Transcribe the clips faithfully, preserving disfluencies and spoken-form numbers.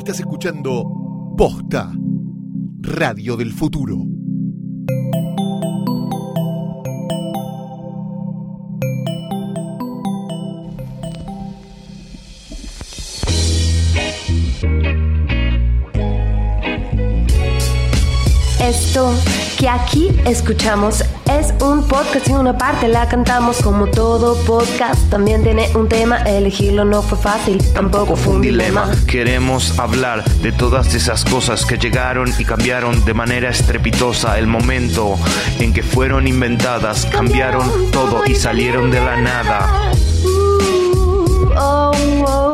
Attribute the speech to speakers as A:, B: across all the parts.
A: Estás escuchando Posta, Radio del Futuro.
B: Esto que aquí escuchamos es un podcast y una parte la cantamos. Como todo podcast también tiene un tema. Elegirlo no fue fácil, tampoco fue un dilema.
C: Queremos hablar de todas esas cosas que llegaron y cambiaron de manera estrepitosa. El momento en que fueron inventadas, cambiaron todo y salieron de la nada.
B: Uh, oh, oh.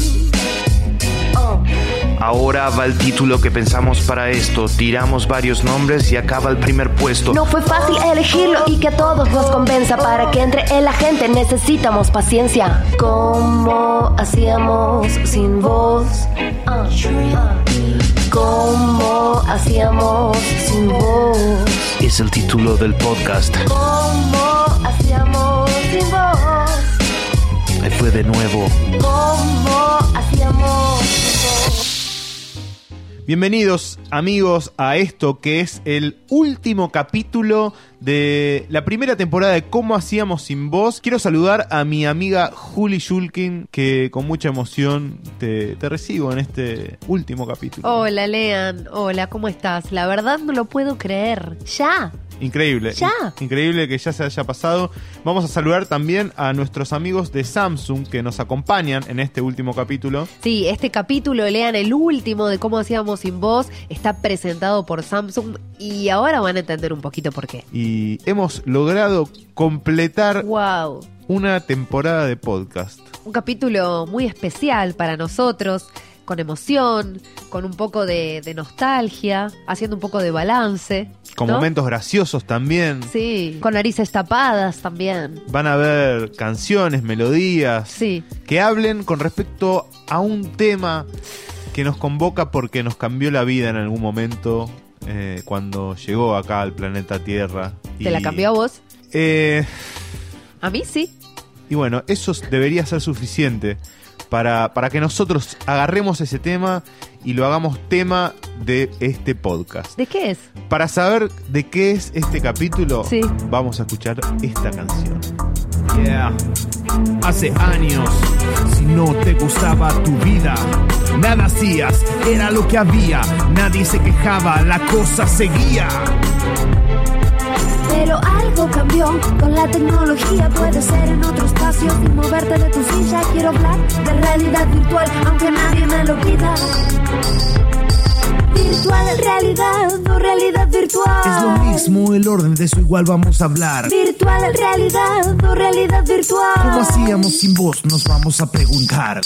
C: Ahora va el título que pensamos para esto. Tiramos varios nombres y acaba el primer puesto.
B: No fue fácil elegirlo y que a todos nos convenza. Para que entre en la gente necesitamos paciencia. ¿Cómo hacíamos sin voz? ¿Cómo hacíamos sin voz?
C: Es el título del podcast.
B: ¿Cómo hacíamos sin voz?
C: Ahí fue de nuevo.
B: ¿Cómo hacíamos sin voz?
D: Bienvenidos amigos a esto que es el último capítulo de la primera temporada de Cómo Hacíamos Sin Voz. Quiero saludar a mi amiga Juli Shulkin, que con mucha emoción te, te recibo en este último capítulo.
E: Hola Lean, hola, ¿cómo estás? La verdad no lo puedo creer. ¡Ya!
D: Increíble,
E: ya.
D: In- increíble que ya se haya pasado. Vamos a saludar también a nuestros amigos de Samsung que nos acompañan en este último capítulo.
E: Sí, este capítulo, Lean, el último de Cómo Hacíamos Sin Voz, está presentado por Samsung y ahora van a entender un poquito por qué.
D: Y hemos logrado completar
E: ¡Wow!
D: una temporada de podcast.
E: Un capítulo muy especial para nosotros, con emoción, con un poco de, de nostalgia, haciendo un poco de balance.
D: Con
E: ¿no?
D: momentos graciosos también.
E: Sí, con narices tapadas también.
D: Van a haber canciones, melodías
E: Sí.
D: que hablen con respecto a un tema que nos convoca porque nos cambió la vida en algún momento eh, cuando llegó acá al planeta Tierra.
E: ¿Te la cambió a vos?
D: Eh,
E: A mí sí.
D: y bueno, eso debería ser suficiente para, para que nosotros agarremos ese tema y lo hagamos tema de este podcast.
E: ¿De qué es?
D: Para saber de qué es este capítulo,
E: Sí.
D: vamos a escuchar esta canción.
F: Yeah. Hace años, si no te gustaba tu vida, nada hacías, era lo que había. Nadie se quejaba, la cosa seguía.
G: Pero algo cambió con la tecnología. Puede ser en otro espacio sin moverte de tu silla. Quiero hablar de realidad virtual, aunque nadie me lo pida. Virtual realidad, no realidad virtual.
F: Es lo mismo, el orden de eso igual vamos a hablar.
G: Virtual realidad, no realidad virtual.
F: ¿Cómo hacíamos sin voz? Nos vamos a preguntar.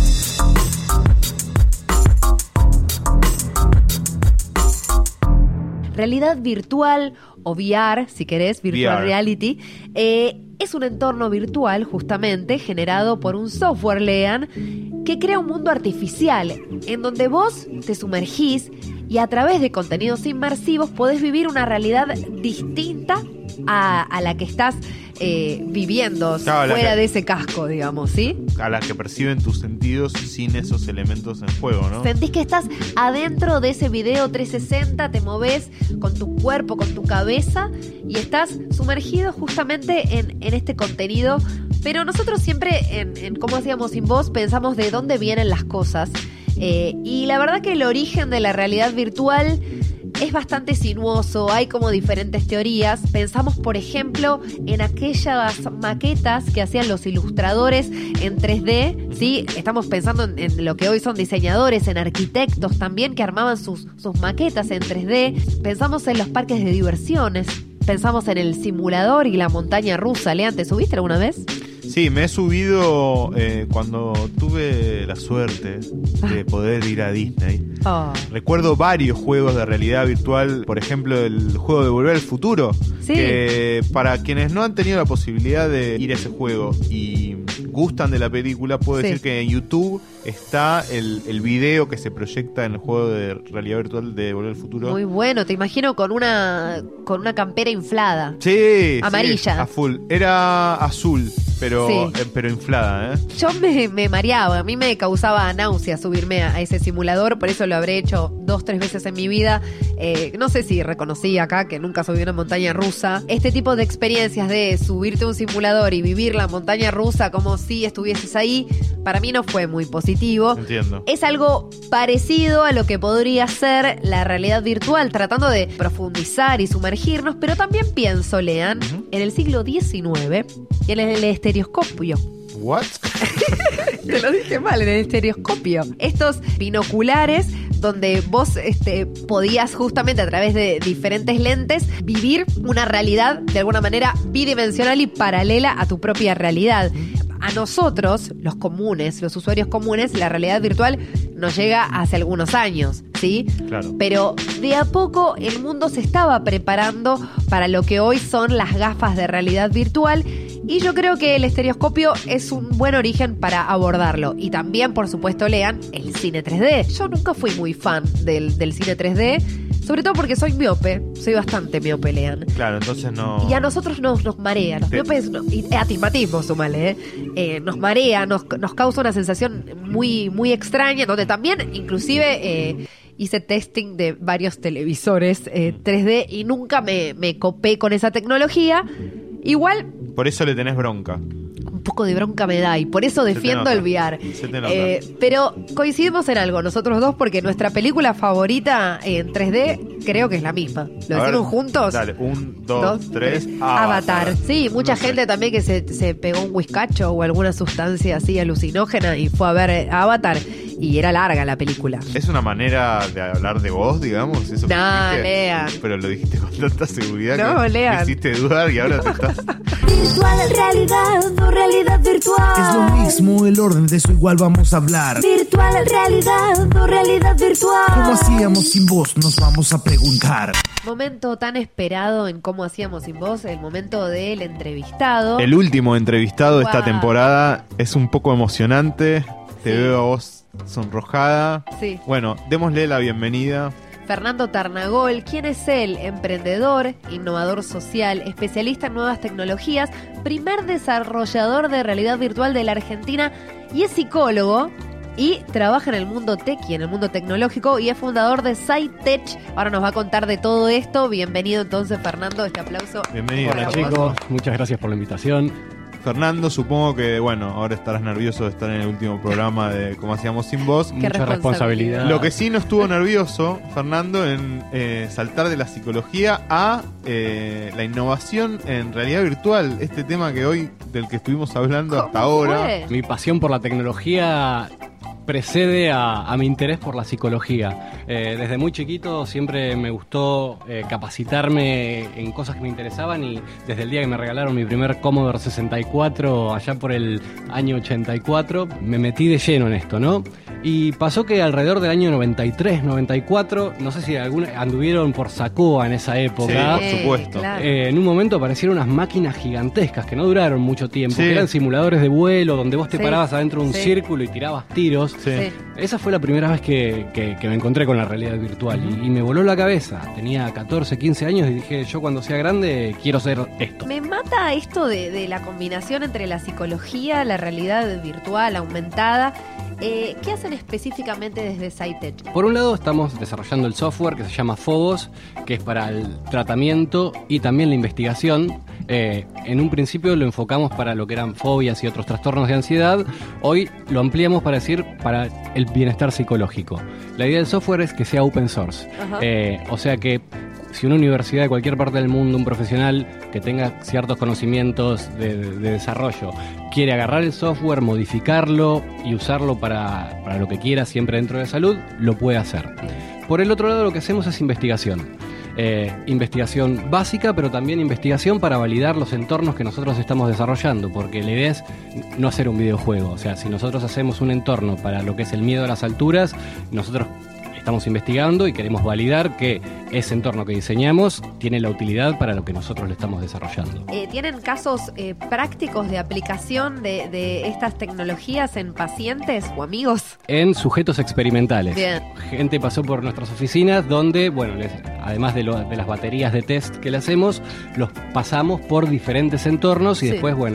E: Realidad virtual o V R, si querés, Virtual
D: V R.
E: Reality, eh, es un entorno virtual justamente generado por un software, Lean, que crea un mundo artificial en donde vos te sumergís y a través de contenidos inmersivos podés vivir una realidad distinta a, a la que estás eh, viviendo
D: Claro, la
E: fuera
D: que-
E: de ese casco, digamos, ¿sí?
D: A la que perciben tus sentidos sin esos elementos en juego, ¿no?
E: Sentís que estás adentro de ese video trescientos sesenta, te movés con tu cuerpo, con tu cabeza y estás sumergido justamente en, en este contenido. Pero nosotros siempre en, en Cómo Hacíamos Sin Voz pensamos de dónde vienen las cosas. Eh, y la verdad que el origen de la realidad virtual es bastante sinuoso, hay como diferentes teorías. Pensamos, por ejemplo, en aquellas maquetas que hacían los ilustradores en tres D, ¿sí? Estamos pensando en, en lo que hoy son diseñadores, en arquitectos también que armaban sus, sus maquetas en tres D. Pensamos en los parques de diversiones, pensamos en el simulador y la montaña rusa. Lean, ¿te subiste alguna vez?
D: Sí, me he subido eh, cuando tuve la suerte de poder ir a Disney.
E: Oh.
D: Recuerdo varios juegos de realidad virtual, por ejemplo el juego de Volver al Futuro,
E: Sí.
D: que para quienes no han tenido la posibilidad de ir a ese juego y gustan de la película, puedo
E: Sí.
D: decir que en YouTube está el, el video que se proyecta en el juego de realidad virtual de Volver al Futuro.
E: Muy bueno, te imagino con una con una campera inflada.
D: Sí,
E: Amarilla.
D: sí, a full. Era azul. pero,
E: Sí.
D: eh, pero inflada, ¿eh?
E: Yo me, me mareaba, a mí me causaba náusea subirme a, a ese simulador, por eso lo habré hecho dos, tres veces en mi vida. Eh, no sé si reconocí acá que nunca subí una montaña rusa. Este tipo de experiencias de subirte a un simulador y vivir la montaña rusa como si estuvieses ahí, para mí no fue muy positivo.
D: Entiendo.
E: Es algo parecido a lo que podría ser la realidad virtual, tratando de profundizar y sumergirnos, pero también pienso, Lean,
D: Ujú.
E: en el siglo diecinueve y en el estereoscopio.
D: ¿What?
E: Te lo dije mal, en el estereoscopio. Estos binoculares donde vos este, podías justamente a través de diferentes lentes vivir una realidad de alguna manera bidimensional y paralela a tu propia realidad. A nosotros, los comunes, los usuarios comunes, la realidad virtual nos llega hace algunos años, ¿sí?
D: Claro.
E: Pero de a poco el mundo se estaba preparando para lo que hoy son las gafas de realidad virtual y yo creo que el estereoscopio es un buen origen para abordarlo. Y también, por supuesto, Lean, el cine tres D. Yo nunca fui muy fan del, del cine tres D, sobre todo porque soy miope, soy bastante miope, Lean.
D: Claro, entonces no...
E: Y a nosotros nos, nos marea, los
D: Te-
E: miopes, no- y astigmatismo, sumale, ¿eh? Eh, nos marea, nos, nos causa una sensación muy, muy extraña, donde también, inclusive, eh, hice testing de varios televisores eh, tres D y nunca me, me copé con esa tecnología. Igual,
D: Por eso le tenés bronca.
E: un poco de bronca me da y por eso
D: te
E: defiendo
D: nota.
E: el V R.
D: Se te nota.
E: Eh, pero coincidimos en algo, nosotros dos, porque nuestra película favorita en tres D creo que es la misma. ¿Lo
D: A ver,
E: decimos juntos?
D: Dale, un, dos,
E: Dos,
D: tres.
E: Avatar. Sí, mucha
D: No sé.
E: gente también que se, se pegó un whiskacho o alguna sustancia así alucinógena y fue a ver eh, Avatar y era larga la película.
D: ¿Es una manera de hablar de vos, digamos? Eso que
E: No,
D: dijiste?
E: Lean.
D: Pero lo dijiste con tanta seguridad
E: No,
D: que
E: Lean.
D: me hiciste dudar y ahora te estás...
G: Virtual realidad o realidad virtual.
F: Es lo mismo, el orden de eso igual vamos a hablar.
G: Virtual realidad o realidad virtual.
F: ¿Cómo hacíamos sin vos? Nos vamos a preguntar.
E: Momento tan esperado en Cómo Hacíamos Sin Vos, el momento del entrevistado.
D: El último entrevistado de esta
E: Wow.
D: temporada es un poco emocionante. Te
E: Sí.
D: veo a vos sonrojada.
E: Sí.
D: Bueno, démosle la bienvenida.
E: Fernando Tarnagol, ¿quién es él? Emprendedor, innovador social, especialista en nuevas tecnologías, primer desarrollador de realidad virtual de la Argentina y es psicólogo y trabaja en el mundo tech y en el mundo tecnológico y es fundador de SciTech. Ahora nos va a contar de todo esto. Bienvenido entonces, Fernando, este aplauso.
D: Bienvenido.
E: Hola,
H: Hola
E: Para
H: chicos, muchas gracias por la invitación.
D: Fernando, supongo que, bueno, ahora estarás nervioso de estar en el último programa de Cómo Hacíamos Sin Vos.
E: Qué
H: Mucha responsabilidad.
D: Lo que sí no estuvo nervioso, Fernando, en eh, saltar de la psicología a eh, la innovación en realidad virtual. Este tema que hoy, del que estuvimos hablando
E: ¿Cómo
D: hasta ahora.
E: fue?
H: Mi pasión por la tecnología precede a, a mi interés por la psicología. Eh, desde muy chiquito siempre me gustó eh, capacitarme en cosas que me interesaban y desde el día que me regalaron mi primer Commodore sesenta y cuatro, allá por el año ochenta y cuatro, me metí de lleno en esto, ¿no? Y pasó que alrededor del año noventa y tres, noventa y cuatro, no sé si alguna, anduvieron por Sacoa en esa época.
D: Sí, por supuesto.
E: claro.
H: Eh, en un momento aparecieron unas máquinas gigantescas que no duraron mucho tiempo,
D: Sí.
H: que eran simuladores de vuelo donde vos te
E: Sí,
H: parabas adentro de un
E: sí.
H: círculo y tirabas tiros.
D: Sí.
E: Sí.
H: Esa fue la primera vez que, que- que me encontré con la realidad virtual y, y me voló la cabeza. Tenía catorce, quince años y dije, yo cuando sea grande quiero ser esto.
E: Me mata esto de, de la combinación entre la psicología, la realidad virtual aumentada. Eh, ¿Qué hacen específicamente desde SciTech?
H: Por un lado estamos desarrollando el software que se llama Phobos, que es para el tratamiento y también la investigación. Eh, en un principio lo enfocamos para lo que eran fobias y otros trastornos de ansiedad. Hoy lo ampliamos para decir para el bienestar psicológico. La idea del software es que sea open source.
E: Ajá.
H: Eh, o sea que si una universidad de cualquier parte del mundo, un profesional que tenga ciertos conocimientos de, de desarrollo, quiere agarrar el software, modificarlo y usarlo para, para lo que quiera, siempre dentro de salud, lo puede hacer. Por el otro lado, lo que hacemos es investigación. Eh, investigación básica, pero también investigación para validar los entornos que nosotros estamos desarrollando, porque la idea es no hacer un videojuego. O sea, si nosotros hacemos un entorno para lo que es el miedo a las alturas, nosotros estamos investigando y queremos validar que ese entorno que diseñamos tiene la utilidad para lo que nosotros le estamos desarrollando.
E: Eh, ¿Tienen casos eh, prácticos de aplicación de, de estas tecnologías en pacientes o amigos?
H: En sujetos experimentales.
E: Bien.
H: Gente pasó por nuestras oficinas donde, bueno, les- además de, lo- de las baterías de test que le hacemos, los pasamos por diferentes entornos y
E: Sí.
H: después, bueno,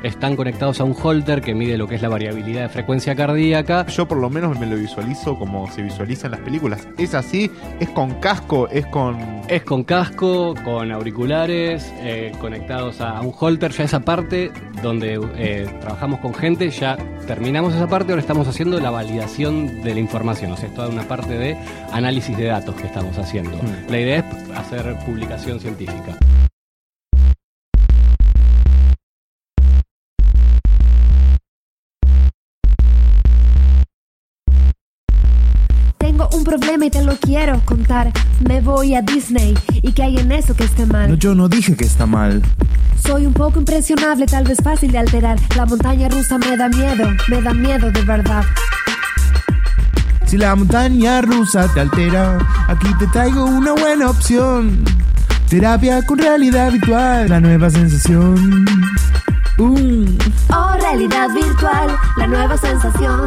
H: están conectados a un holter que mide lo que es la variabilidad de frecuencia cardíaca.
D: Yo por lo menos me lo visualizo como se visualiza en las películas. ¿Es así? ¿Es con casco? ¿Es con...?
H: Es con casco, con auriculares, eh, conectados a un holter. Ya esa parte donde eh, trabajamos con gente, ya terminamos esa parte, ahora estamos haciendo la validación de la información. O sea, es toda una parte de análisis de datos que estamos haciendo. Mm. La idea es hacer publicación científica.
G: Tengo un problema y te lo quiero contar. Me voy a Disney. ¿Y qué hay en eso que esté mal?
F: No, yo no dije que está mal.
G: Soy un poco impresionable, tal vez fácil de alterar. La montaña rusa me da miedo, me da miedo de verdad.
F: Si la montaña rusa te altera, aquí te traigo una buena opción. Terapia con realidad virtual, la nueva sensación. Uh.
G: Oh, realidad virtual, la nueva sensación.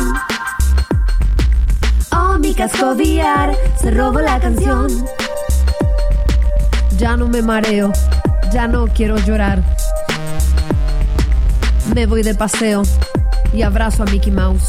G: Oh, mi casco V R, se robó la canción. Ya no me mareo, ya no quiero llorar. Me voy de paseo y abrazo a Mickey Mouse.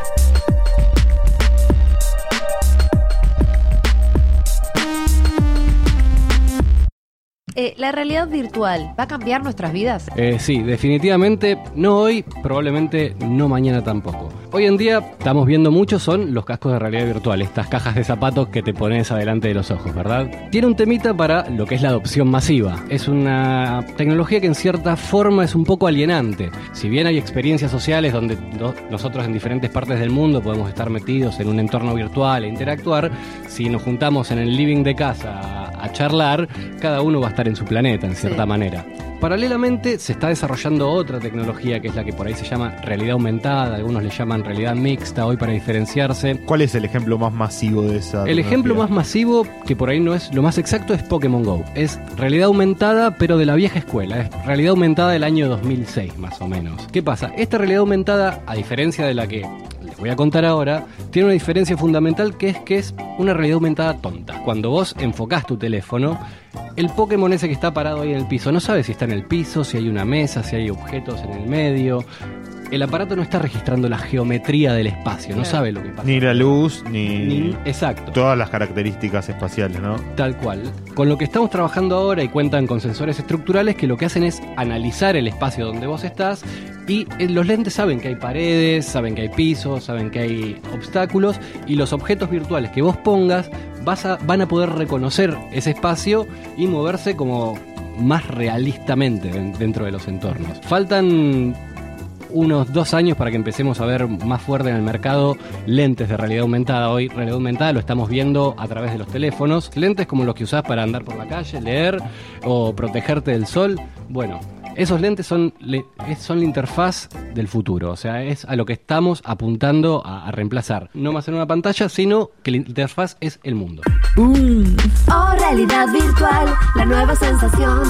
E: Eh, ¿La realidad virtual va a cambiar nuestras vidas?
H: Eh, sí, definitivamente no hoy, probablemente no mañana tampoco. Hoy en día estamos viendo mucho son los cascos de realidad virtual, estas cajas de zapatos que te pones adelante de los ojos, ¿verdad? Tiene un temita para lo que es la adopción masiva. Es una tecnología que en cierta forma es un poco alienante. Si bien hay experiencias sociales donde do- nosotros en diferentes partes del mundo podemos estar metidos en un entorno virtual e interactuar, si nos juntamos en el living de casa a, a charlar, cada uno va a estar en su planeta, en cierta sí. manera. Paralelamente se está desarrollando otra tecnología que es la que por ahí se llama realidad aumentada, algunos le llaman realidad mixta hoy para diferenciarse.
D: ¿Cuál es el ejemplo más masivo de esa
H: El ejemplo más masivo, que por ahí no es lo más exacto, es Pokémon Go. Es realidad aumentada, pero de la vieja escuela. Es realidad aumentada del año dos mil seis, más o menos. ¿Qué pasa? Esta realidad aumentada, a diferencia de la que les voy a contar ahora, tiene una diferencia fundamental que es que es una realidad aumentada tonta. Cuando vos enfocás tu teléfono, el Pokémon ese que está parado ahí en el piso, no sabes si está en el piso, si hay una mesa, si hay objetos en el medio. El aparato no está registrando la geometría del espacio, no sabe lo que pasa.
D: Ni la luz, ni...
H: ni... Exacto.
D: Todas las características espaciales, ¿no?
H: Tal cual. Con lo que estamos trabajando ahora y cuentan con sensores estructurales que lo que hacen es analizar el espacio donde vos estás y los lentes saben que hay paredes, saben que hay pisos, saben que hay obstáculos y los objetos virtuales que vos pongas vas a, van a poder reconocer ese espacio y moverse como más realistamente dentro de los entornos. Faltan unos dos años para que empecemos a ver más fuerte en el mercado lentes de realidad aumentada. Hoy realidad aumentada lo estamos viendo a través de los teléfonos, lentes como los que usás para andar por la calle, leer o protegerte del sol. Bueno, esos lentes son, son la interfaz del futuro, o sea, es a lo que estamos apuntando a, a reemplazar. No más en una pantalla, sino que la interfaz es el mundo.
G: Uh. Oh, realidad virtual, la nueva sensación.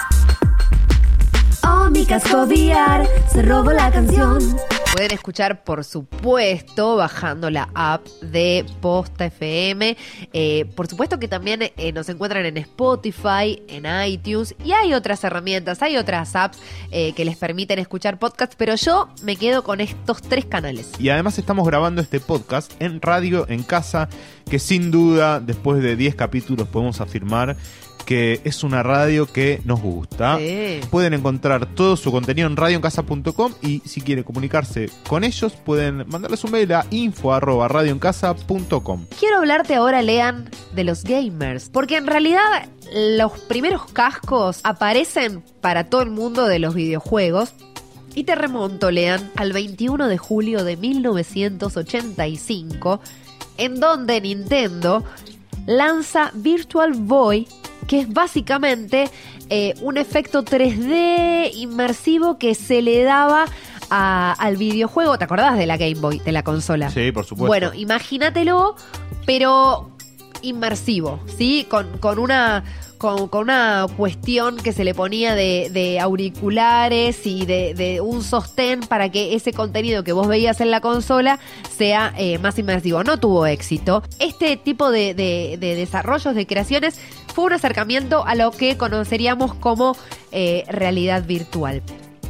G: Oh, mi casco V R, se robó la canción.
E: Pueden escuchar, por supuesto, bajando la app de Posta F M. Eh, por supuesto que también eh, nos encuentran en Spotify, en iTunes. Y hay otras herramientas, hay otras apps eh, que les permiten escuchar podcasts. Pero yo me quedo con estos tres canales.
D: Y además estamos grabando este podcast en Radio en Casa, que sin duda, después de diez capítulos, podemos afirmar que es una radio que nos gusta. Sí. Pueden encontrar todo su contenido en radio en casa punto com y si quieren comunicarse con ellos pueden mandarles un mail a info arroba radio en casa punto com.
E: Quiero hablarte ahora, Lean, de los gamers, porque en realidad los primeros cascos aparecen para todo el mundo de los videojuegos. Y te remonto, Lean, al veintiuno de julio de mil novecientos ochenta y cinco, en donde Nintendo lanza Virtual Boy, que es básicamente eh, un efecto tres D inmersivo que se le daba a, al videojuego. ¿Te acordás de la Game Boy, de la consola?
D: Sí, por supuesto.
E: Bueno, imagínatelo, pero inmersivo, ¿sí? Con, con una... Con, con una cuestión que se le ponía de, de auriculares y de, de un sostén para que ese contenido que vos veías en la consola sea eh, más inmersivo. No tuvo éxito. Este tipo de, de, de desarrollos, de creaciones, fue un acercamiento a lo que conoceríamos como eh, realidad virtual.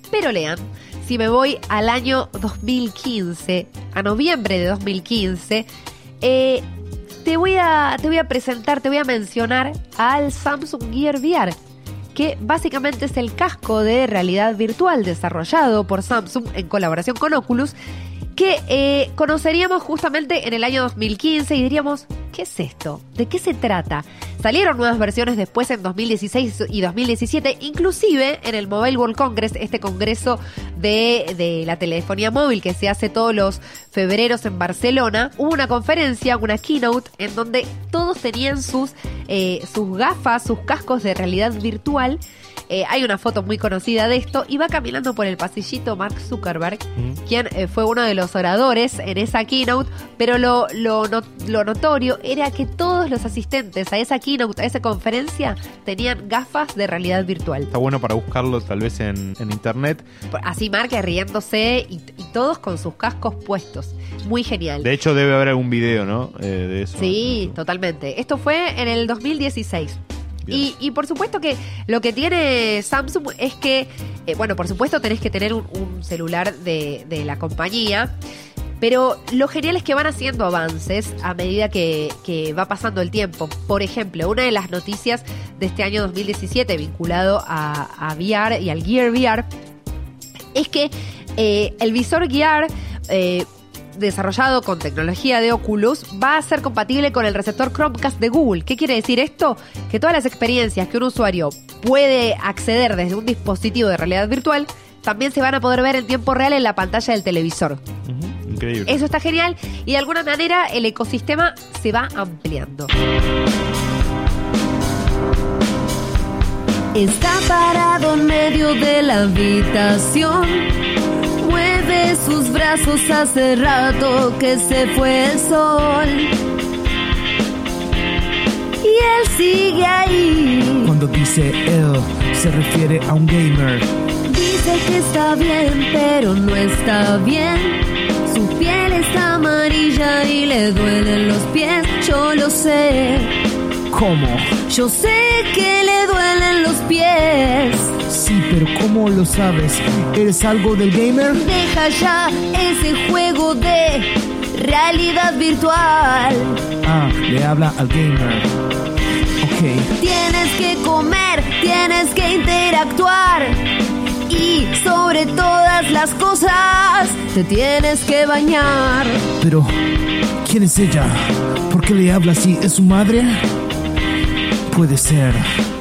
E: Pero lean, si me voy al año dos mil quince, a noviembre de dos mil quince, eh, te, voy a, te voy a presentar, te voy a mencionar al Samsung Gear V R, que básicamente es el casco de realidad virtual desarrollado por Samsung en colaboración con Oculus, que eh, conoceríamos justamente en el año dos mil quince y diríamos, ¿qué es esto? ¿De qué se trata? Salieron nuevas versiones después en dos mil dieciséis y dos mil diecisiete, inclusive en el Mobile World Congress, este congreso de, de la telefonía móvil que se hace todos los febreros en Barcelona, hubo una conferencia, una keynote, en donde todos tenían sus, eh, sus gafas, sus cascos de realidad virtual. Eh, hay una foto muy conocida de esto y va caminando por el pasillito Mark Zuckerberg, mm. quien eh, fue uno de los oradores en esa keynote, pero lo, lo, no, lo notorio era que todos los asistentes a esa keynote, a esa conferencia, tenían gafas de realidad virtual.
D: Está bueno para buscarlo tal vez en, en internet.
E: Así Mark riéndose y, y todos con sus cascos puestos. Muy genial.
D: De hecho debe haber algún video, ¿no? Eh, de eso.
E: Sí, totalmente. Esto fue en el dos mil dieciséis. Y, y por supuesto que lo que tiene Samsung es que, eh, bueno, por supuesto tenés que tener un, un celular de, de la compañía, pero lo genial es que van haciendo avances a medida que, que va pasando el tiempo. Por ejemplo, una de las noticias de este año dos mil diecisiete vinculado a, a V R y al Gear V R es que eh, el visor Gear... Eh, desarrollado con tecnología de Oculus, va a ser compatible con el receptor Chromecast de Google. ¿Qué quiere decir esto? Que todas las experiencias que un usuario puede acceder desde un dispositivo de realidad virtual también se van a poder ver en tiempo real en la pantalla del televisor.
D: Uh-huh. Increíble.
E: Eso está genial y de alguna manera el ecosistema se va ampliando.
G: Está parado en medio de la habitación, mueve sus brazos, hace rato que se fue el sol y él sigue ahí.
F: Cuando dice él, se refiere a un gamer.
G: Dice que está bien, pero no está bien. Su piel está amarilla y le duelen los pies, yo lo sé.
F: ¿Cómo?
G: Yo sé que le duelen los pies.
F: Sí, pero ¿cómo lo sabes? ¿Eres algo del gamer?
G: Deja ya ese juego de realidad virtual.
F: Ah, le habla al gamer. Ok.
G: Tienes que comer, tienes que interactuar. Y sobre todas las cosas, te tienes que bañar.
F: Pero, ¿quién es ella? ¿Por qué le habla así? ¿Es su madre? Puede ser.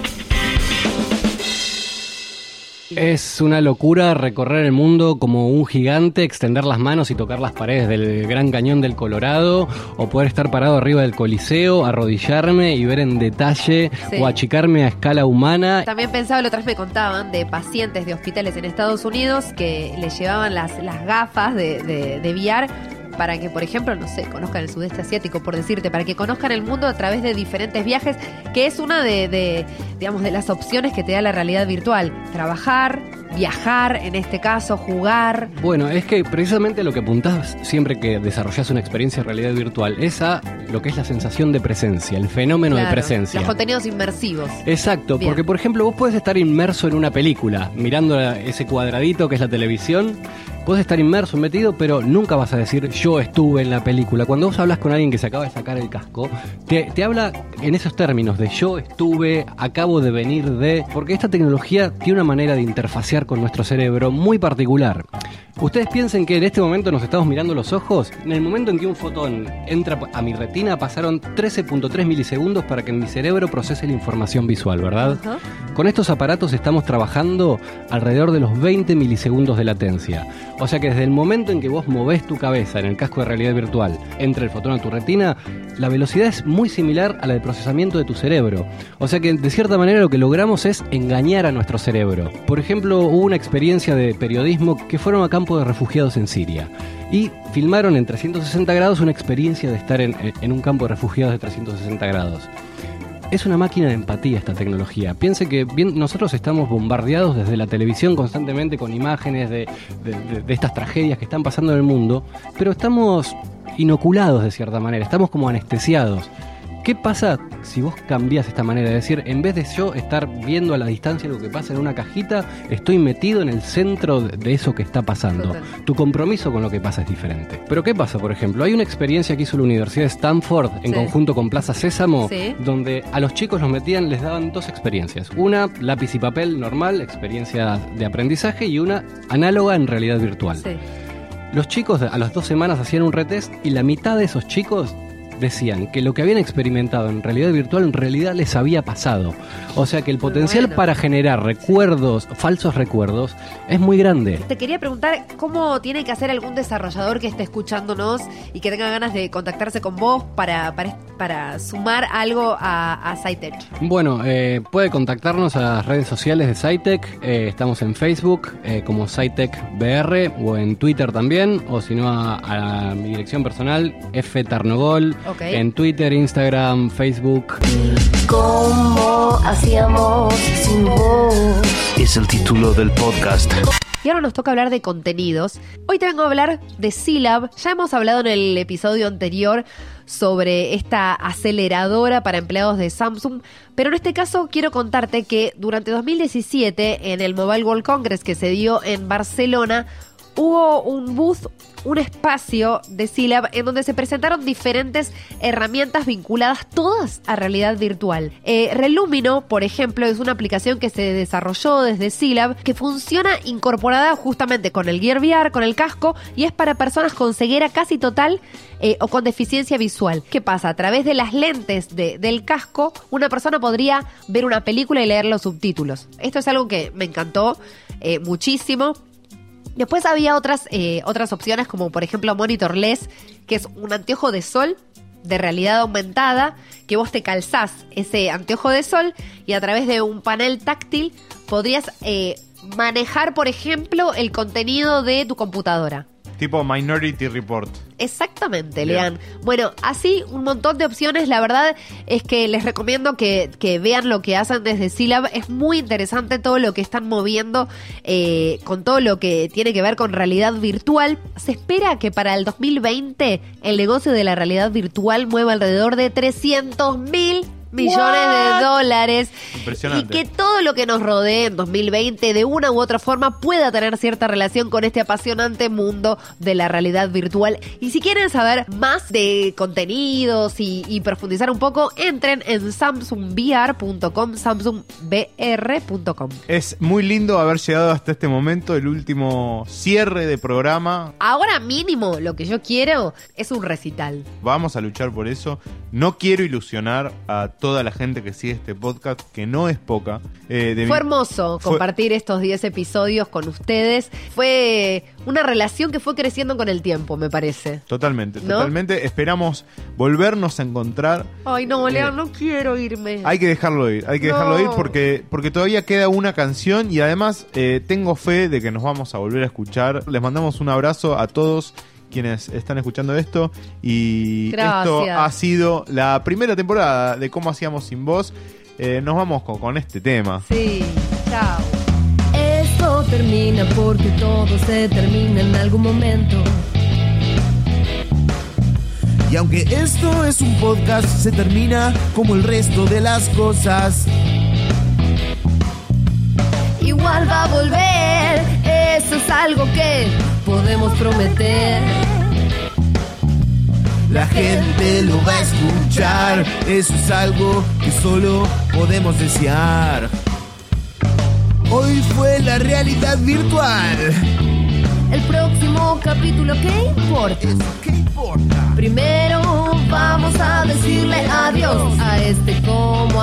H: Es una locura recorrer el mundo como un gigante, extender las manos y tocar las paredes del Gran Cañón del Colorado, o poder estar parado arriba del Coliseo, arrodillarme y ver en detalle, sí, o achicarme a escala humana.
E: También pensaba, la otra vez me contaban de pacientes de hospitales en Estados Unidos que les llevaban las, las gafas de, de, de V R para que, por ejemplo, no sé, conozcan el sudeste asiático, por decirte, para que conozcan el mundo a través de diferentes viajes, que es una de, de digamos, de las opciones que te da la realidad virtual. Trabajar, viajar, en este caso, jugar.
H: Bueno, es que precisamente lo que apuntás siempre que desarrollás una experiencia de realidad virtual es a lo que es la sensación de presencia, el fenómeno, claro, de presencia.
E: Los contenidos inmersivos.
H: Exacto, bien, porque por ejemplo vos podés estar inmerso en una película, mirando ese cuadradito que es la televisión. Podés estar inmerso, metido, pero nunca vas a decir yo estuve en la película. Cuando vos hablas con alguien que se acaba de sacar el casco, te, te habla en esos términos de yo estuve, acabo de venir de... Porque esta tecnología tiene una manera de interfacear con nuestro cerebro muy particular. Ustedes piensen que en este momento nos estamos mirando los ojos. En el momento en que un fotón entra a mi retina pasaron trece punto tres milisegundos para que mi cerebro procese la información visual, ¿verdad? Uh-huh. Con estos aparatos estamos trabajando alrededor de los veinte milisegundos de latencia. O sea que desde el momento en que vos movés tu cabeza en el casco de realidad virtual, entra el fotón a tu retina, la velocidad es muy similar a la de procesamiento de tu cerebro. O sea que de cierta manera lo que logramos es engañar a nuestro cerebro. Por ejemplo, hubo una experiencia de periodismo que fueron a campo de refugiados en Siria y filmaron en trescientos sesenta grados una experiencia de estar en, en un campo de refugiados de trescientos sesenta grados. Es una máquina de empatía esta tecnología. Piense que bien, nosotros estamos bombardeados desde la televisión constantemente con imágenes de, de, de, de estas tragedias que están pasando en el mundo, pero estamos inoculados de cierta manera, estamos como anestesiados. ¿Qué pasa si vos cambiás esta manera? Es decir, en vez de yo estar viendo a la distancia lo que pasa en una cajita, estoy metido en el centro de eso que está pasando.
E: Total.
H: Tu compromiso con lo que pasa es diferente. Pero ¿qué pasa, por ejemplo? Hay una experiencia que hizo la Universidad de Stanford en
E: Sí.
H: conjunto con Plaza Sésamo,
E: Sí.
H: donde a los chicos los metían, les daban dos experiencias. Una, lápiz y papel normal, experiencia de aprendizaje, y una análoga en realidad virtual.
E: Sí.
H: Los chicos a las dos semanas hacían un retest y la mitad de esos chicos decían que lo que habían experimentado en realidad virtual en realidad les había pasado. O sea que el potencial
E: bueno.
H: para generar recuerdos, falsos recuerdos, es muy grande.
E: Te quería preguntar cómo tiene que hacer algún desarrollador que esté escuchándonos y que tenga ganas de contactarse con vos para, para, para sumar algo a, a SciTech.
H: Bueno, eh, puede contactarnos a las redes sociales de SciTech. Eh, estamos en Facebook eh, como SciTech B R o en Twitter también, o si no a, a mi dirección personal, F Tarnogol.
E: Ok.
H: En Twitter, Instagram, Facebook.
B: ¿Cómo hacíamos sin vos?
C: Es el título del podcast.
E: Y ahora nos toca hablar de contenidos. Hoy te vengo a hablar de Sealab. Ya hemos hablado en el episodio anterior sobre esta aceleradora para empleados de Samsung, pero en este caso quiero contarte que durante dos mil diecisiete, en el Mobile World Congress que se dio en Barcelona, hubo un booth, un espacio de Sealab en donde se presentaron diferentes herramientas vinculadas todas a realidad virtual. Eh, Relumino, por ejemplo, es una aplicación que se desarrolló desde Sealab que funciona incorporada justamente con el Gear V R, con el casco, y es para personas con ceguera casi total eh, o con deficiencia visual. ¿Qué pasa? A través de las lentes de, del casco, una persona podría ver una película y leer los subtítulos. Esto es algo que me encantó eh, muchísimo. Después había otras, eh, otras opciones como por ejemplo Monitorless, que es un anteojo de sol de realidad aumentada, que vos te calzás ese anteojo de sol y a través de un panel táctil podrías eh, manejar, por ejemplo, el contenido de tu computadora.
D: Tipo Minority Report.
E: Exactamente,
D: Bien.
E: Lean. Bueno, así un montón de opciones. La verdad es que les recomiendo que, que vean lo que hacen desde Sealab. Es muy interesante todo lo que están moviendo eh, con todo lo que tiene que ver con realidad virtual. Se espera que para el dos mil veinte el negocio de la realidad virtual mueva alrededor de trescientos mil millones
D: What?
E: de dólares.
D: Impresionante.
E: Y que todo lo que nos rodee en dos mil veinte de una u otra forma pueda tener cierta relación con este apasionante mundo de la realidad virtual. Y si quieren saber más de contenidos y, y profundizar un poco, entren en samsung v r punto com, samsung v r punto com.
D: Es muy lindo haber llegado hasta este momento, el último cierre de programa.
E: Ahora mínimo lo que yo quiero es un recital.
D: Vamos a luchar por eso. No quiero ilusionar a toda la gente que sigue este podcast, que no es poca. Eh, de
E: Fue
D: mi-
E: hermoso
D: Fue-
E: compartir estos diez episodios con ustedes. Fue una relación que fue creciendo con el tiempo, me parece.
D: Totalmente,
E: ¿No?
D: totalmente. Esperamos volvernos a encontrar.
E: Ay, no, Lean,
D: Eh,
E: no quiero irme.
D: Hay que dejarlo ir, hay que
E: No.
D: dejarlo ir porque, porque todavía queda una canción y además eh, tengo fe de que nos vamos a volver a escuchar. Les mandamos un abrazo a todos quienes están escuchando esto y
E: Gracias.
D: esto ha sido la primera temporada de Cómo Hacíamos Sin Vos. Eh, nos vamos con, con este tema.
E: Sí, chao.
G: Esto termina porque todo se termina en algún momento.
F: Y aunque esto es un podcast, se termina como el resto de las cosas.
G: Igual va a volver, eso es algo que podemos prometer.
F: La gente lo va a escuchar, eso es algo que solo podemos desear. Hoy fue la realidad virtual.
G: El próximo capítulo, ¿qué importa?
F: ¿Eso qué importa?
G: Primero vamos a decirle adiós a este como